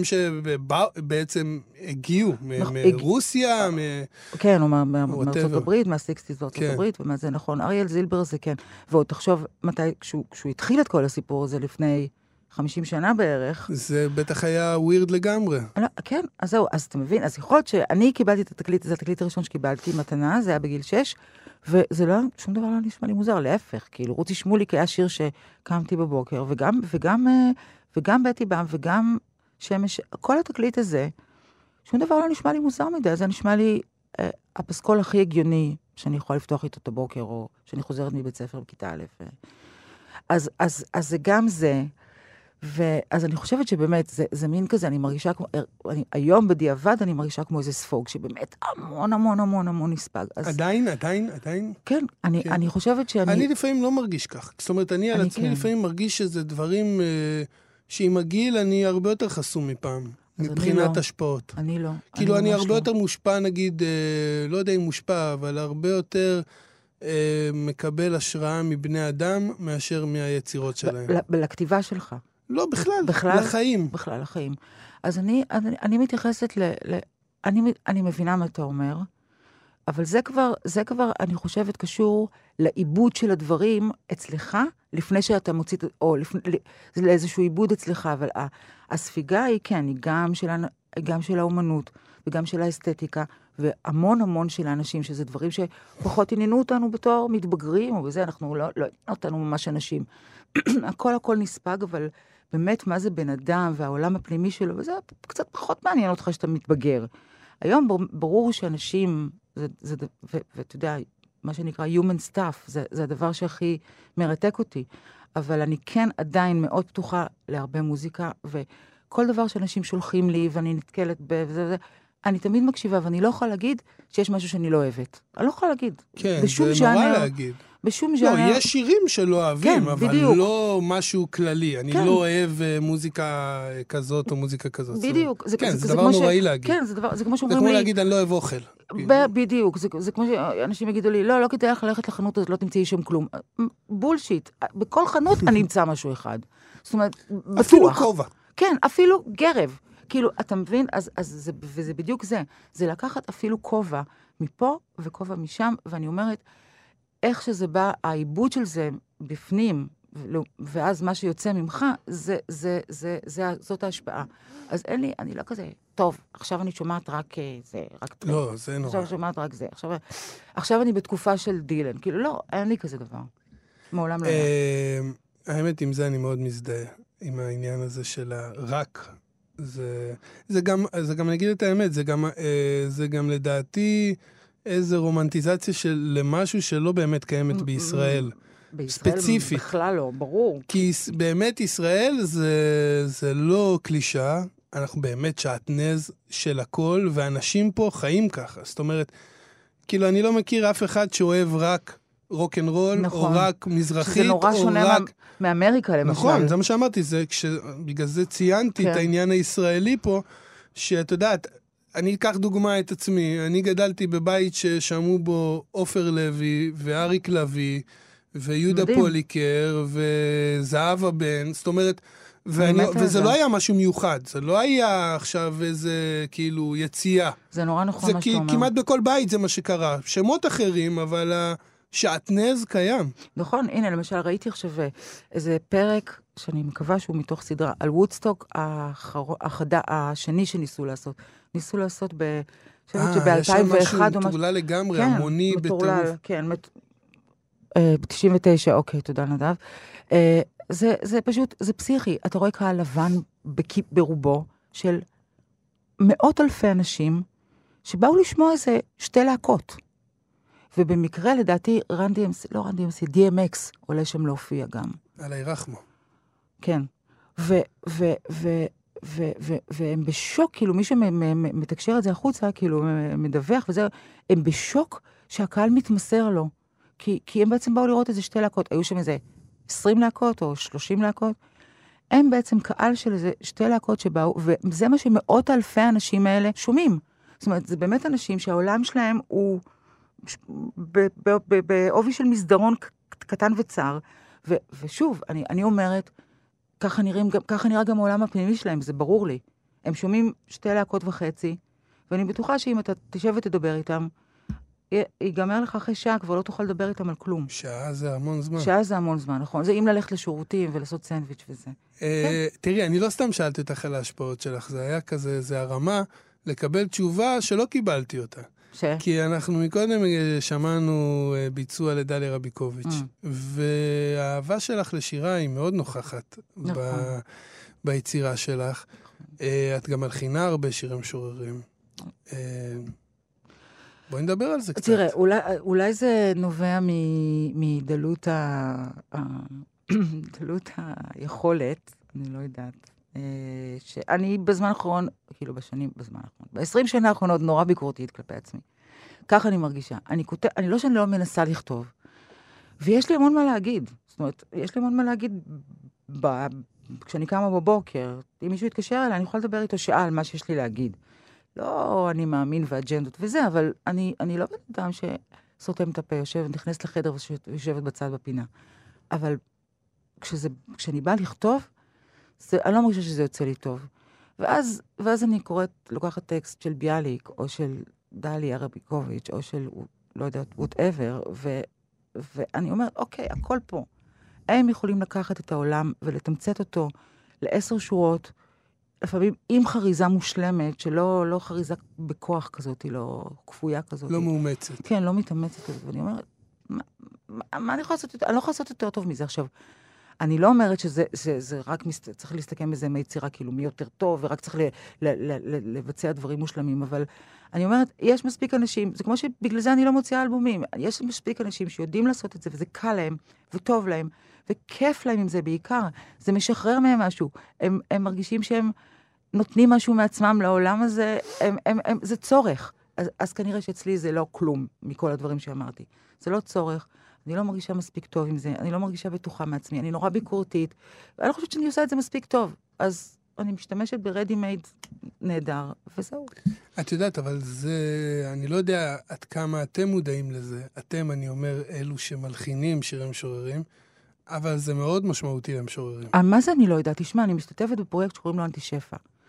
שבעצם הגיעו מ- נכון, מרוסיה, מ... כן, או מה- מה- whatever. מארצות הברית, מהסיקסטיז בארצות כן. הברית, ומה זה נכון. אריאל זילבר זה כן. ועוד תחשוב מתי, כשהוא כשהוא התחיל את כל הסיפור הזה לפני חמישים שנה בערך, זה בטח היה ווירד לגמרי. לא, כן, אז זהו, אז אתה מבין, אז יכול להיות שאני קיבלתי את התקליט, זה התקליט הראשון שקיבלתי מתנה, זה היה בגיל שש, וזה לא, שום דבר לא נשמע לי מוזר, להפך, כאילו, רותי שמוליק היה שיר שקמתי בבוקר, וגם, וגם, אה, וגם בטי בם, וגם שמש, כל התקליט הזה, שום דבר לא נשמע לי מוזר מדי, זה נשמע לי אה, הפסקול הכי הגיוני שאני יכולה לפתוח איתו את הבוקר, או שאני חוזרת מבית ספר בכיתה א'. אה. אז, אז, אז זה גם זה, ואז אני חושבת שבאמת, זה, זה מין כזה, אני מרגישה כמו, אני, היום בדיעבד אני מרגישה כמו איזה ספוג, שבאמת המון המון המון המון נספג. אז, עדיין, עדיין, עדיין. כן, אני, כן. אני חושבת שאני... אני לפעמים לא מרגיש כך. זאת אומרת, אני על אני עצמי כן. לפעמים מרגיש שזה דברים אה, שעם הגיל אני הרבה יותר חסום מפעם, אז אני מבחינת לא. השפעות. אני לא. כאילו, אני ממש הרבה לא. יותר מושפע, נגיד, אה, לא יודע אם מושפע, אבל הרבה יותר אה, מקבל השראה מבני אדם מאשר מהיצירות שלהם. ב- ל- לכתיבה שלך. לא, בכלל, בכלל? לחיים. בכלל, לחיים. אז אני, אני, אני מתייחסת ל... ל אני, אני מבינה מה אתה אומר, אבל זה כבר, זה כבר, אני חושבת, קשור לעיבוד של הדברים אצלך, לפני שאתה מוציא, או לפני, זה לאיזשהו עיבוד אצלך, אבל ה, הספיגה היא, כן, היא גם של, גם של האומנות, וגם של האסתטיקה, והמון המון של האנשים, שזה דברים שפחות עניינו אותנו בתור מתבגרים, או בזה, אנחנו לא, לא עניינו אותנו ממש אנשים. הכל הכל נספג, אבל באמת מה זה בן אדם, והעולם הפנימי שלו, וזה קצת פחות מעניין אותך שאתה מתבגר. היום ברור שאנשים, זה, זה, ו, ואתה יודע, מה שנקרא human stuff, זה, זה הדבר שהכי מרתק אותי. אבל אני כן עדיין מאוד פתוחה להרבה מוזיקה, וכל דבר שאנשים שולחים לי, ואני נתקלת בזה, וזה, אני תמיד מקשיבה, ואני לא יכולה להגיד שיש משהו שאני לא אוהבת. אני לא יכולה להגיד. כן, בשום זה נורא ז'אנר, להגיד. בשום לא, ז'אנר. יש שירים שלא אוהבים, כן, אבל בדיוק. לא משהו כללי. אני כן. לא אוהב אה, מוזיקה כזאת או מוזיקה כזאת. בדיוק. זה, כן, זה, זה כמו דבר ש- נוראי להגיד. כן, זה דבר, זה כמו זה שאומרים כמו לי, להגיד, אני לא אוהב אוכל. ב- בדיוק, זה, זה כמו שאנשים יגידו לי, לא, לא כדאי לך ללכת לחנות הזאת, לא תמצאי שם כלום. בולשיט. בכל חנות אני אמצא משהו אחד. זאת אומרת, אפילו בטוח. כובע. כן, אפילו גרב. כאילו, אתה מבין? אז, אז זה, וזה בדיוק זה. זה לקחת אפילו כובע מפה וכובע משם, ואני אומרת, איך שזה בא, העיבוד של זה בפנים, ואז מה שיוצא ממך, זה, זה, זה, זה, זאת ההשפעה. אז אין לי, אני לא כזה, טוב, עכשיו אני שומעת רק זה, רק טרק. לא, זה נורא. עכשיו אני שומעת רק זה. עכשיו, עכשיו אני בתקופה של דילן. כאילו, לא, אין לי כזה דבר. מעולם לא היה. האמת, עם זה אני מאוד מזדהה, עם העניין הזה של הרק. זה, זה גם, זה גם נגיד את האמת, זה גם, זה גם לדעתי איזו רומנטיזציה של למשהו שלא באמת קיימת בישראל. בישראל ספציפית. בכלל לא, ברור. כי באמת ישראל זה, זה לא קלישה, אנחנו באמת שעטנז של הכל, ואנשים פה חיים ככה. זאת אומרת, כאילו אני לא מכיר אף אחד שאוהב רק רוק אנד רול, נכון. או רק מזרחית, שזה נורא שונה רק... מה, מאמריקה למשל. נכון, זה מה שאמרתי, זה כש... בגלל זה ציינתי כן. את העניין הישראלי פה, שאת יודעת, אני אקח דוגמה את עצמי, אני גדלתי בבית ששמעו בו עופר לוי, ואריק לוי, ויהודה מדהים. פוליקר, וזהבה בן, זאת אומרת, ואני, וזה לא היה משהו מיוחד, זה לא היה עכשיו איזה כאילו יציאה. זה נורא נכון מה שאתה אומר. זה כמעט בכל בית זה מה שקרה, שמות אחרים, אבל השעטנז קיים. נכון, הנה למשל ראיתי עכשיו איזה פרק, שאני מקווה שהוא מתוך סדרה, על וודסטוק החר... החדה, השני שניסו לעשות. ניסו לעשות ב... חושבת שב-אלפיים ואחת או משהו. אה, יש שם משהו מטורלל לגמרי, כן, המוני בטירוף. כן, מת... ב-תשעים ותשע, אוקיי, תודה נדב. זה, זה פשוט, זה פסיכי. אתה רואה קהל לבן ברובו של מאות אלפי אנשים שבאו לשמוע איזה שתי להקות. ובמקרה, לדעתי, רן די אם סי, לא רן די אם סי, די אם אקס עולה שם להופיע גם. עלי רחמו. כן. ו, ו, ו, ו, ו, והם בשוק, כאילו, מי שמתקשר את זה החוצה, כאילו, מדווח וזה, הם בשוק שהקהל מתמסר לו. כי, כי הם בעצם באו לראות איזה שתי להקות. היו שם איזה עשרים להקות או שלושים להקות. הם בעצם קהל של איזה שתי להקות שבאו, וזה מה שמאות אלפי האנשים האלה שומעים. זאת אומרת, זה באמת אנשים שהעולם שלהם הוא בעובי של מסדרון קטן וצר. ו, ושוב, אני, אני אומרת, ככה, נראים, ככה נראה גם העולם הפנימי שלהם, זה ברור לי. הם שומעים שתי להקות וחצי, ואני בטוחה שאם אתה תשב ותדבר איתם, ייגמר לך אחרי שעה, כבר לא תוכל לדבר איתם על כלום. שעה זה המון זמן. שעה זה המון זמן, נכון. זה אם ללכת לשירותים ולעשות סנדוויץ' וזה. תראי, אני לא סתם שאלתי אותך על ההשפעות שלך, זה היה כזה, זה הרמה לקבל תשובה שלא קיבלתי אותה. ש? כי אנחנו מקודם שמענו ביצוע לדליה רביקוביץ', והאהבה שלך לשירה היא מאוד נוכחת ביצירה שלך. את גם מלחינה הרבה שירים משוררים. בואי נדבר על זה קצת. תראה, אולי, אולי זה נובע מדלות ה... דלות היכולת, אני לא יודעת, שאני בזמן האחרון, כאילו בשנים, בזמן האחרון, ב-עשרים שנה האחרונות נורא ביקורתית כלפי עצמי. ככה אני מרגישה. אני כותב, אני לא שאני לא מנסה לכתוב, ויש לי המון מה להגיד. זאת אומרת, יש לי המון מה להגיד ב... כשאני קמה בבוקר, אם מישהו יתקשר אליי, אני יכולה לדבר איתו שעה על מה שיש לי להגיד. לא אני מאמין ואג'נדות וזה, אבל אני, אני לא בן אדם שסותם את הפה, יושבת, נכנסת לחדר ויושבת בצד בפינה. אבל כשזה, כשאני באה לכתוב, זה, אני לא מרגישה שזה יוצא לי טוב. ואז, ואז אני קוראת, לוקחת טקסט של ביאליק, או של דליה רביקוביץ', או של, לא יודעת, whatever, ו, ואני אומרת, אוקיי, הכל פה. הם יכולים לקחת את העולם ולתמצת אותו לעשר שורות, לפעמים עם חריזה מושלמת, שלא לא חריזה בכוח כזאת, לא כפויה כזאת. לא מאומצת. כן, לא מתאמצת כזאת. ואני אומרת, מה, מה, מה אני יכולה לעשות יותר? אני לא יכולה לעשות יותר טוב מזה. עכשיו, אני לא אומרת שזה זה, זה רק מסת... צריך להסתכם בזה מיצירה, כאילו מי יותר טוב, ורק צריך ל, ל, ל, ל, לבצע דברים מושלמים, אבל אני אומרת, יש מספיק אנשים, זה כמו שבגלל זה אני לא מוציאה אלבומים, יש מספיק אנשים שיודעים לעשות את זה, וזה קל להם, וטוב להם, וכיף להם עם זה בעיקר. זה משחרר מהם משהו. הם, הם מרגישים שהם נותנים משהו מעצמם לעולם הזה, הם, הם, הם, זה צורך. אז, אז כנראה שאצלי זה לא כלום מכל הדברים שאמרתי. זה לא צורך. אני לא מרגישה מספיק טוב עם זה, אני לא מרגישה בטוחה מעצמי, אני נורא ביקורתית, ואני לא חושבת שאני עושה את זה מספיק טוב. אז אני משתמשת ברדי מייד נהדר, וזהו. את יודעת, אבל זה, אני לא יודע עד כמה אתם מודעים לזה. אתם, אני אומר, אלו שמלחינים שירים משוררים, אבל זה מאוד משמעותי למשוררים. מה זה אני לא יודעת? תשמע, אני משתתפת בפרויקט שקוראים לו אנטי שפע.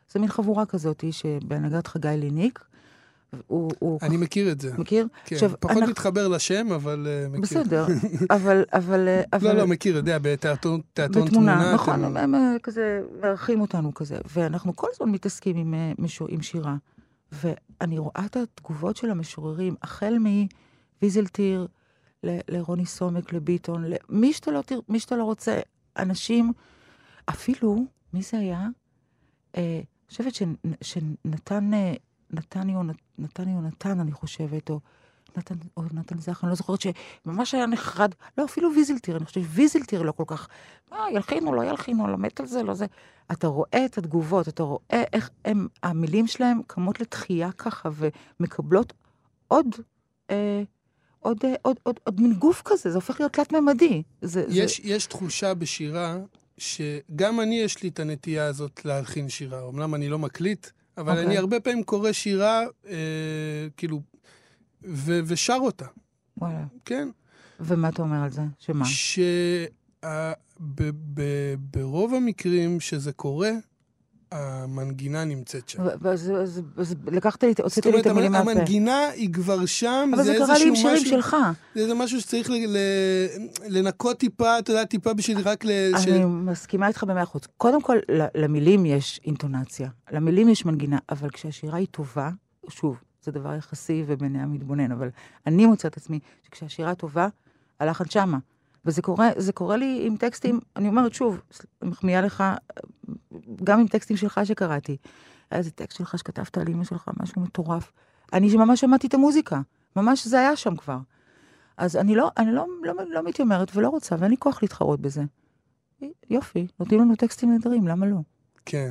זה מין חבורה כזאת שבהנהגת חגי ליניק, הוא, הוא אני מכיר את זה. מכיר? כן, עכשיו, פחות אנחנו... מתחבר לשם, אבל uh, מכיר. בסדר, אבל... אבל, אבל... לא, לא, מכיר, יודע, בתיאטרון תמונה. בתמונה, נכון, אתם... הם, הם כזה מארחים אותנו כזה, ואנחנו כל הזמן מתעסקים עם, משור, עם שירה, ואני רואה את התגובות של המשוררים, החל מוויזלטיר, ל, לרוני סומק, לביטון, למי שאתה לא, מי שאתה לא רוצה, אנשים, אפילו, מי זה היה? אני חושבת שנתן... נתן יונתן, נתן, אני חושבת, או נתן, או נתן זך, אני לא זוכרת שממש היה נחרד, לא, אפילו ויזלטיר, אני חושבת שוויזלטיר לא כל כך, מה, ילחינו, לא ילחינו, לא מת על זה, לא זה. אתה רואה את התגובות, אתה רואה איך הם, המילים שלהם קמות לתחייה ככה, ומקבלות עוד, אה, עוד, אה, עוד, עוד, עוד מין גוף כזה, זה הופך להיות תלת-ממדי. זה, יש, זה... יש תחושה בשירה, שגם אני יש לי את הנטייה הזאת להלחין שירה, אומנם אני לא מקליט, אבל okay. אני הרבה פעמים קורא שירה, אה, כאילו, ו- ושר אותה. וואלה. כן. ומה אתה אומר על זה? שמה? שברוב המקרים שזה קורה, המנגינה נמצאת שם. אז לקחת לי, הוצאתי לי את המילים מהפה. המנגינה היא כבר שם, אבל זה קרה לי עם שירים שלך. זה משהו שצריך לנקות טיפה, אתה יודע, טיפה בשביל רק ל... אני מסכימה איתך במאה אחוז. קודם כל, למילים יש אינטונציה, למילים יש מנגינה, אבל כשהשירה היא טובה, שוב, זה דבר יחסי ובעיני המתבונן, אבל אני מוצאת עצמי שכשהשירה טובה, הלחן שמה. וזה קורה, זה קורה לי עם טקסטים, אני אומרת שוב, מחמיאה לך, גם עם טקסטים שלך שקראתי. היה איזה טקסט שלך שכתבת על אמא שלך, משהו מטורף. אני ממש שמעתי את המוזיקה, ממש זה היה שם כבר. אז אני לא, אני לא, לא, לא מתיימרת ולא רוצה, ואין לי כוח להתחרות בזה. יופי, נותנים לנו טקסטים נדרים, למה לא? כן.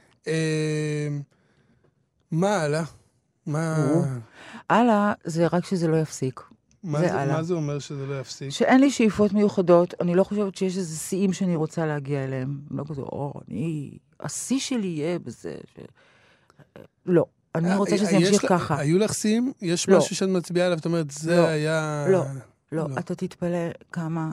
מה הלאה? מה... הלאה זה רק שזה לא יפסיק. מה זה, מה זה אומר שזה לא יפסיק? שאין לי שאיפות מיוחדות, אני לא חושבת שיש איזה שיאים שאני רוצה להגיע אליהם. לא כזה, או, אני... השיא שלי יהיה בזה. ש... לא, אני רוצה שזה ימשיך ככה. היו לך שיאים? יש משהו שאת מצביעה עליו, זאת אומרת, זה היה... לא, לא, אתה תתפלא כמה...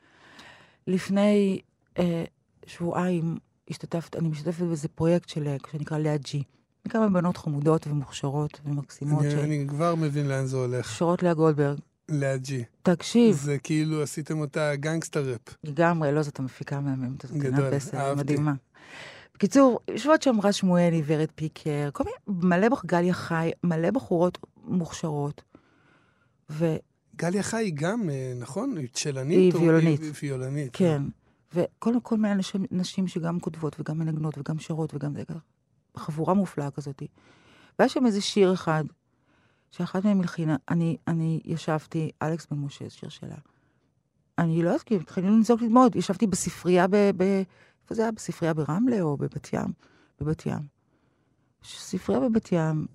לפני שבועיים השתתפת, אני משתתפת באיזה פרויקט שנקרא ליד ג'י. מכמה בנות חמודות ומוכשרות ומקסימות. אני כבר מבין לאן זה הולך. שרות לאה גולדברג. להג'י. תקשיב. זה כאילו עשיתם אותה גנגסטר ראפ. לגמרי, לא, זאת המפיקה מהממת. גדול, אהבתי. מדהימה. בקיצור, יושבות שם רז שמואלי, ורד פיקר, כל מיני, מלא בח, גליה חי, מלא בחורות מוכשרות. ו... גליה חי היא גם, נכון? היא צ'לנית? היא ויולנית. היא ויולנית. כן. וכל כל מיני נשים, נשים שגם כותבות, וגם מנגנות, וגם שרות, וגם זה, חבורה מופלאה כזאת. והיה שם איזה שיר אחד, שאחת מהם מלחינה, אני, אני ישבתי, אלכס בן משה, שיר שלה. אני לא אסכים, התחילנו לנזוק ללמוד, ישבתי בספרייה, ב, ב, איפה זה היה? בספרייה ברמלה או בבת ים? בבת ים. ספרייה בבת ים,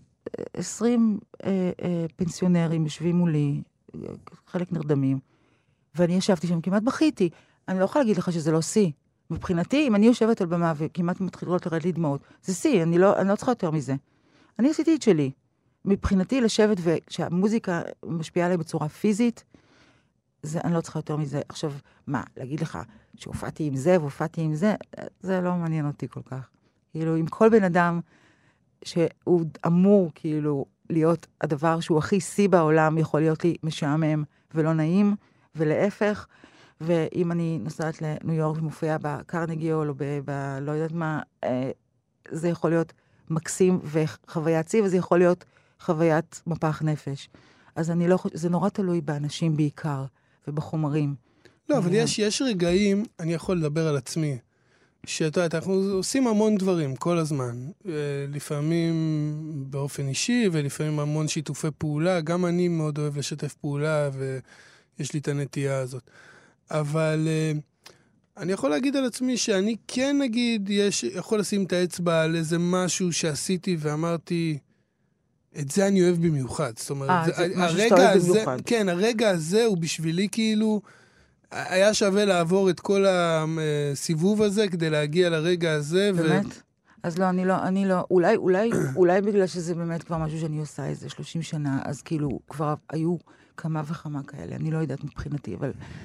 עשרים אה, אה, פנסיונרים יושבים מולי, חלק נרדמים, ואני ישבתי שם, כמעט בכיתי. אני לא יכולה להגיד לך שזה לא סי. מבחינתי, אם אני יושבת על במה וכמעט מתחילות לרד לי דמעות, זה סי, אני לא, אני לא צריכה יותר מזה. אני עשיתי את שלי. מבחינתי לשבת וכשהמוזיקה משפיעה עליי בצורה פיזית, זה, אני לא צריכה יותר מזה. עכשיו, מה, להגיד לך שהופעתי עם זה והופעתי עם זה, זה לא מעניין אותי כל כך. כאילו, עם כל בן אדם שהוא אמור כאילו להיות הדבר שהוא הכי סי בעולם, יכול להיות לי משעמם ולא נעים, ולהפך, ואם אני נוסעת לניו יורק ומופיעה בקרנגי הול או ב, ב... לא יודעת מה, זה יכול להיות מקסים וחוויית צי, וזה יכול להיות חוויית מפח נפש. אז אני לא חושבת, זה נורא תלוי באנשים בעיקר, ובחומרים. לא, אבל יש, יש רגעים, אני יכול לדבר על עצמי, שאתה יודע, אנחנו עושים המון דברים כל הזמן. לפעמים באופן אישי, ולפעמים המון שיתופי פעולה. גם אני מאוד אוהב לשתף פעולה, ויש לי את הנטייה הזאת. אבל אני יכול להגיד על עצמי שאני כן נגיד, יש, יכול לשים את האצבע על איזה משהו שעשיתי ואמרתי, את זה אני אוהב במיוחד. זאת אומרת, 아, זה, זה הרגע הזה, כן, הרגע הזה הוא בשבילי כאילו, היה שווה לעבור את כל הסיבוב הזה כדי להגיע לרגע הזה. באמת? ו... אז לא, אני לא, אני לא, אולי, אולי, אולי בגלל שזה באמת כבר משהו שאני עושה איזה שלושים שנה, אז כאילו כבר היו כמה וכמה כאלה, אני לא יודעת מבחינתי, אבל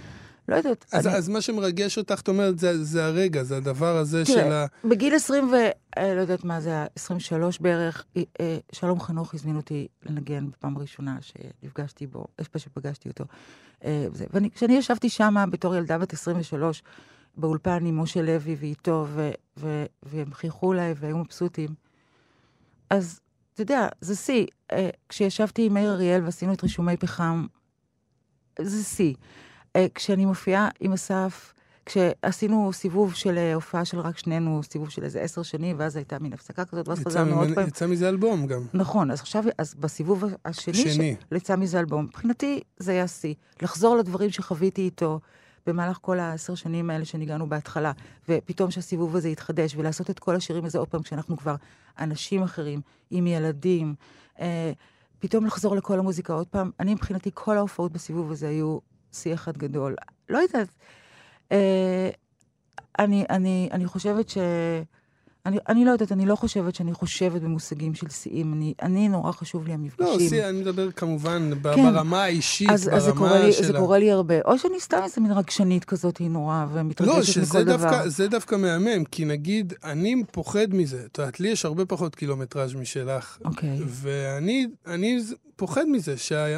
לא יודעת. אז, אני... אז מה שמרגש אותך, את אומרת, זה, זה הרגע, זה הדבר הזה תראה, של ה... בגיל עשרים ו... לא יודעת מה זה, עשרים ושלוש בערך, שלום חנוך הזמין אותי לנגן בפעם הראשונה שנפגשתי בו, שפגשתי אותו. וכשאני ישבתי שם בתור ילדה בת עשרים ושלוש, באולפן עם משה לוי ואיתו, ו... ו... והם חייכו אליי והיו מבסוטים. אז, אתה יודע, זה סי. כשישבתי עם מאיר אריאל ועשינו את רישומי פחם, זה סי. כשאני מופיעה עם אסף, כשעשינו סיבוב של הופעה של רק שנינו, סיבוב של איזה עשר שנים, ואז הייתה מין הפסקה כזאת, ואז חזרנו עוד פעם. יצא מזה אלבום גם. נכון, אז עכשיו, אז בסיבוב השני, שני. יצא מזה אלבום. מבחינתי זה היה סי. לחזור לדברים שחוויתי איתו, במהלך כל העשר שנים האלה שניגענו בהתחלה, ופתאום שהסיבוב הזה יתחדש, ולעשות את כל השירים הזה עוד פעם, כשאנחנו כבר אנשים אחרים, עם ילדים, אה, פתאום לחזור לכל המוזיקה עוד פעם. אני מבחינתי, כל ההופעות בסיבוב הזה היו סי אחד גדול. לא יודעת, אה, אני, אני, אני חושבת ש... אני, אני לא יודעת, אני לא חושבת שאני חושבת במושגים של שיאים. אני, אני נורא חשוב לי המפגשים. לא, שיא, אני מדבר כמובן כן. ברמה האישית, אז, ברמה אז זה קורה לי, של... זה קורה לי הרבה. או שאני סתם איזה מין רגשנית כזאת, היא נורא, ומתרגשת לא, מכל דבר. דווקא, זה דווקא מהמם, כי נגיד, אני פוחד מזה. את יודעת, לי יש הרבה פחות קילומטראז' משלך. אוקיי. ואני אני פוחד מזה, שה,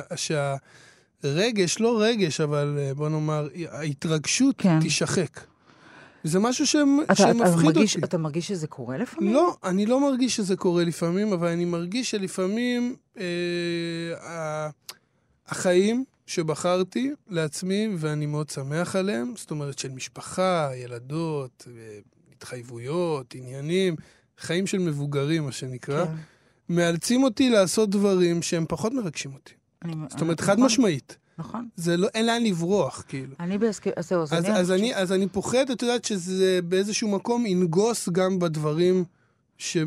שהרגש, לא רגש, אבל בוא נאמר, ההתרגשות כן. תשחק. זה משהו שמפחיד אותי. אתה מרגיש שזה קורה לפעמים? לא, אני לא מרגיש שזה קורה לפעמים, אבל אני מרגיש שלפעמים אה, החיים שבחרתי לעצמי, ואני מאוד שמח עליהם, זאת אומרת של משפחה, ילדות, התחייבויות, עניינים, חיים של מבוגרים, מה שנקרא, כן. מאלצים אותי לעשות דברים שהם פחות מרגשים אותי. אני, זאת אומרת, חד משמעית. נכון. זה לא, אין לאן לברוח, כאילו. אני בהסכם, אז זהו, אז, אז, אז, אני, אז אני פוחד, את יודעת, שזה באיזשהו מקום ינגוס גם בדברים ש,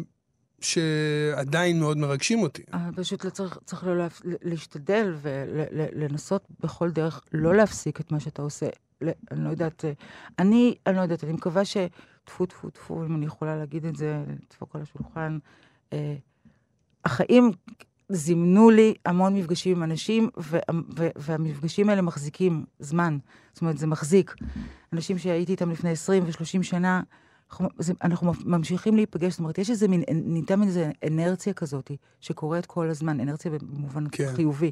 שעדיין מאוד מרגשים אותי. פשוט צריך, צריך לא להפ... להשתדל ולנסות בכל דרך לא להפסיק את מה שאתה עושה. אני לא יודעת, אני, אני לא יודעת, אני מקווה שטפו, טפו, טפו, אם אני יכולה להגיד את זה, לדפוק על השולחן, אה, החיים... זימנו לי המון מפגשים עם אנשים, ו- ו- והמפגשים האלה מחזיקים זמן. זאת אומרת, זה מחזיק. אנשים שהייתי איתם לפני עשרים ושלושים שנה, אנחנו ממשיכים להיפגש. זאת אומרת, יש איזה מין, ניתן איזה אנרציה כזאת, שקורית כל הזמן, אנרציה במובן כן. חיובי.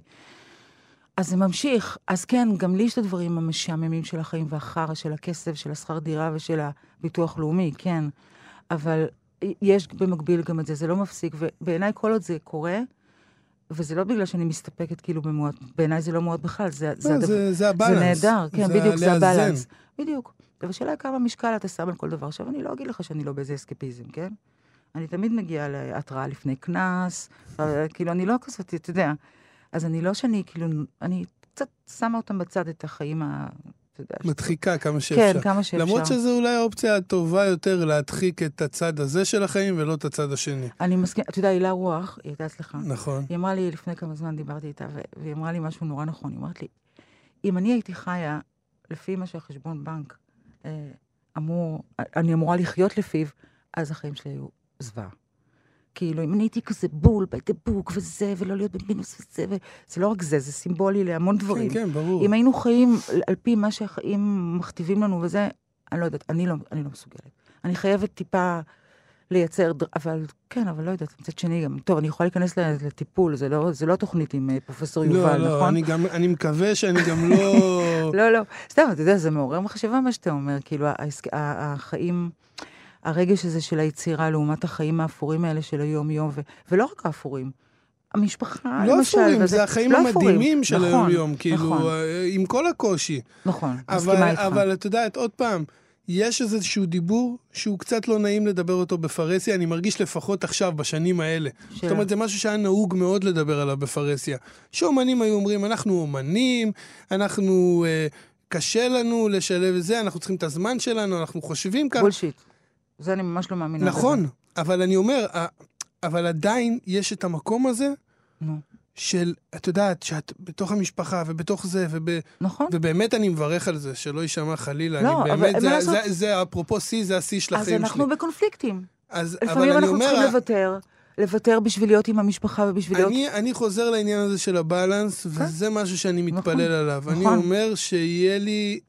אז זה ממשיך. אז כן, גם לי יש את הדברים המשעממים של החיים, והחרא של הכסף, של השכר דירה ושל הביטוח לאומי, כן. אבל יש במקביל גם את זה, זה לא מפסיק, ובעיניי כל עוד זה קורה, וזה לא בגלל שאני מסתפקת כאילו במועט, בעיניי זה לא מועט בכלל, זה, זה, לא, זה, זה הבלנס. זה נהדר, כן, זה בדיוק, זה לאזן. הבלנס. בדיוק. אבל היא כמה משקל אתה שם על כל דבר. עכשיו, אני לא אגיד לך שאני לא באיזה אסקפיזם, כן? אני תמיד מגיעה להתראה לפני כנס, כאילו, אני לא כזאת, אתה יודע. אז אני לא שאני, כאילו, אני קצת שמה אותם בצד את החיים ה... מדחיקה כמה שאפשר. כן, כמה שאפשר. למרות שזו אולי האופציה הטובה יותר להדחיק את הצד הזה של החיים ולא את הצד השני. אני מסכים, אתה יודע, הילה רוח, היא הייתה אצלך. נכון. היא אמרה לי, לפני כמה זמן דיברתי איתה, והיא אמרה לי משהו נורא נכון. היא אמרת לי, אם אני הייתי חיה, לפי מה שהחשבון בנק אמור, אני אמורה לחיות לפיו, אז החיים שלי היו זוועה. כאילו, אם אני הייתי כזה בול, ביי בוק וזה, ולא להיות במינוס וזה, וזה לא רק זה, זה סימבולי להמון דברים. כן, כן, ברור. אם היינו חיים על פי מה שהחיים מכתיבים לנו וזה, אני לא יודעת, אני לא, אני לא מסוגלת. אני חייבת טיפה לייצר, אבל כן, אבל לא יודעת, מצד שני גם, טוב, אני יכולה להיכנס לטיפול, זה לא, זה לא תוכנית עם פרופסור יובל, נכון? לא, לא, אני גם, אני מקווה שאני גם לא... לא, לא, סתם, אתה יודע, זה מעורר מחשבה מה שאתה אומר, כאילו, החיים... הרגש הזה של היצירה, לעומת החיים האפורים האלה של היום-יום, ו- ולא רק האפורים. המשפחה, לא למשל. אפורים, וזה, זה החיים לא המדהימים אפורים. של נכון, היום-יום, כאילו, נכון. עם כל הקושי. נכון, אבל, מסכימה איתך. אבל את יודעת, עוד פעם, יש איזשהו דיבור שהוא קצת לא נעים לדבר אותו בפרסיה, אני מרגיש לפחות עכשיו, בשנים האלה. ש... זאת אומרת, זה משהו שהיה נהוג מאוד לדבר עליו בפרסיה. שאומנים היו אומרים, אנחנו אומנים, אנחנו... אה, קשה לנו לשלב את זה, אנחנו צריכים את הזמן שלנו, אנחנו חושבים כאן. בולשיט. זה אני ממש לא מאמינה. נכון, בזה. אבל אני אומר, אבל עדיין יש את המקום הזה, נו. של, את יודעת, שאת בתוך המשפחה ובתוך זה, וב... נכון. ובאמת אני מברך על זה, שלא יישמע חלילה. לא, אני אבל באמת, זה, לעשות... זה, זה, אפרופו סי, זה הסי של החיים שלי. אז אנחנו בקונפליקטים. אז, לפעמים אנחנו אומר, צריכים לוותר, לוותר בשביל להיות עם המשפחה ובשביל להיות... אני, אני חוזר לעניין הזה של הבלנס, וזה משהו שאני מתפלל עליו. אני אומר שיהיה לי,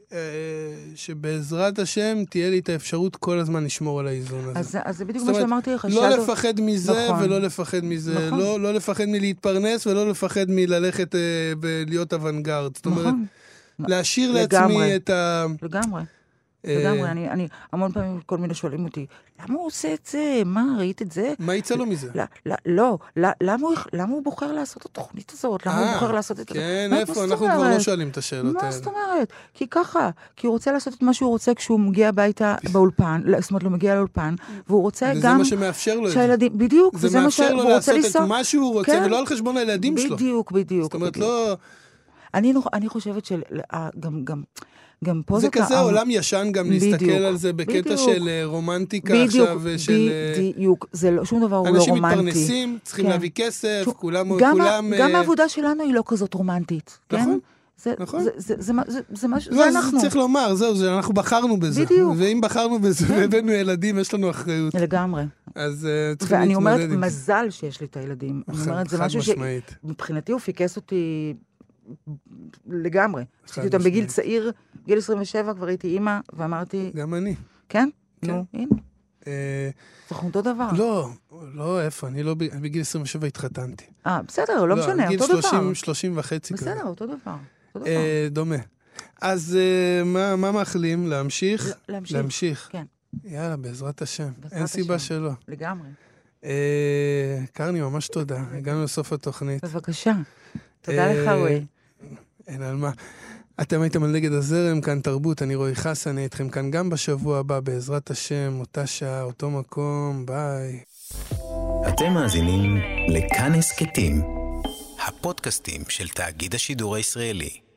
שבעזרת השם תהיה לי את האפשרות כל הזמן לשמור על האיזון הזה. אז, אז זה בדיוק מה שאמרתי לך. לא לפחד מזה ולא לפחד מזה. לא, לא לפחד מלהתפרנס ולא לפחד מללכת ולהיות אוונגרד. זאת אומרת, להשאיר לעצמי את ה... לגמרי. לגמרי, אני, אני, המון פעמים כל מיני שואלים אותי, למה הוא עושה את זה? מה, ראית את זה? מה יצא לו מזה? לא, למה הוא בוחר לעשות את התוכנית הזאת? למה הוא בוחר לעשות את... כן, איפה? אנחנו כבר לא שואלים את השאלות האלה. מה זאת אומרת? כי ככה, כי הוא רוצה לעשות את מה שהוא רוצה כשהוא מגיע הביתה באולפן, זאת אומרת, הוא מגיע לאולפן, והוא רוצה גם... וזה מה שמאפשר לו את זה. בדיוק, זה מאפשר לו לעשות את מה שהוא רוצה, ולא על חשבון הילדים שלו. בדיוק, בדיוק. זאת אומרת, לא... אני חושבת שגם... גם פה זה כזה עולם ישן גם להסתכל על זה בקטע של רומנטיקה עכשיו ושל... בדיוק, זה שום דבר הוא לא רומנטי. אנשים מתפרנסים, צריכים להביא כסף, כולם... גם העבודה שלנו היא לא כזאת רומנטית, כן? נכון. זה משהו, זה אנחנו. לא, צריך לומר, זהו, אנחנו בחרנו בזה. בדיוק. ואם בחרנו בזה והבאנו ילדים, יש לנו אחריות. לגמרי. אז צריכים ואני להתמודד עם זה. אומרת, מזל שיש לי את הילדים. אני אומרת, זה משהו שמבחינתי הוא פיקס אותי... לגמרי. עשיתי אותם בגיל צעיר, גיל עשרים ושבע, כבר הייתי אימא, ואמרתי... גם אני. כן? נו, הנה. זה אותו דבר. לא, לא, איפה, אני לא, בגיל עשרים ושבע התחתנתי. אה, בסדר, לא משנה, אותו דבר. בגיל שלושים וחצי כזה. בסדר, אותו דבר. דומה. אז מה מאחלים? להמשיך? להמשיך. להמשיך. כן. יאללה, בעזרת השם. אין סיבה שלא. לגמרי. קרני, ממש תודה. הגענו לסוף התוכנית. בבקשה. תודה לך, רועי. אין על מה. אתם הייתם על נגד הזרם, כאן תרבות, אני רועי חסן, אני איתכם כאן גם בשבוע הבא, בעזרת השם, אותה שעה, אותו מקום, ביי. אתם מאזינים לכאן הסכתים, הפודקאסטים של תאגיד השידור הישראלי.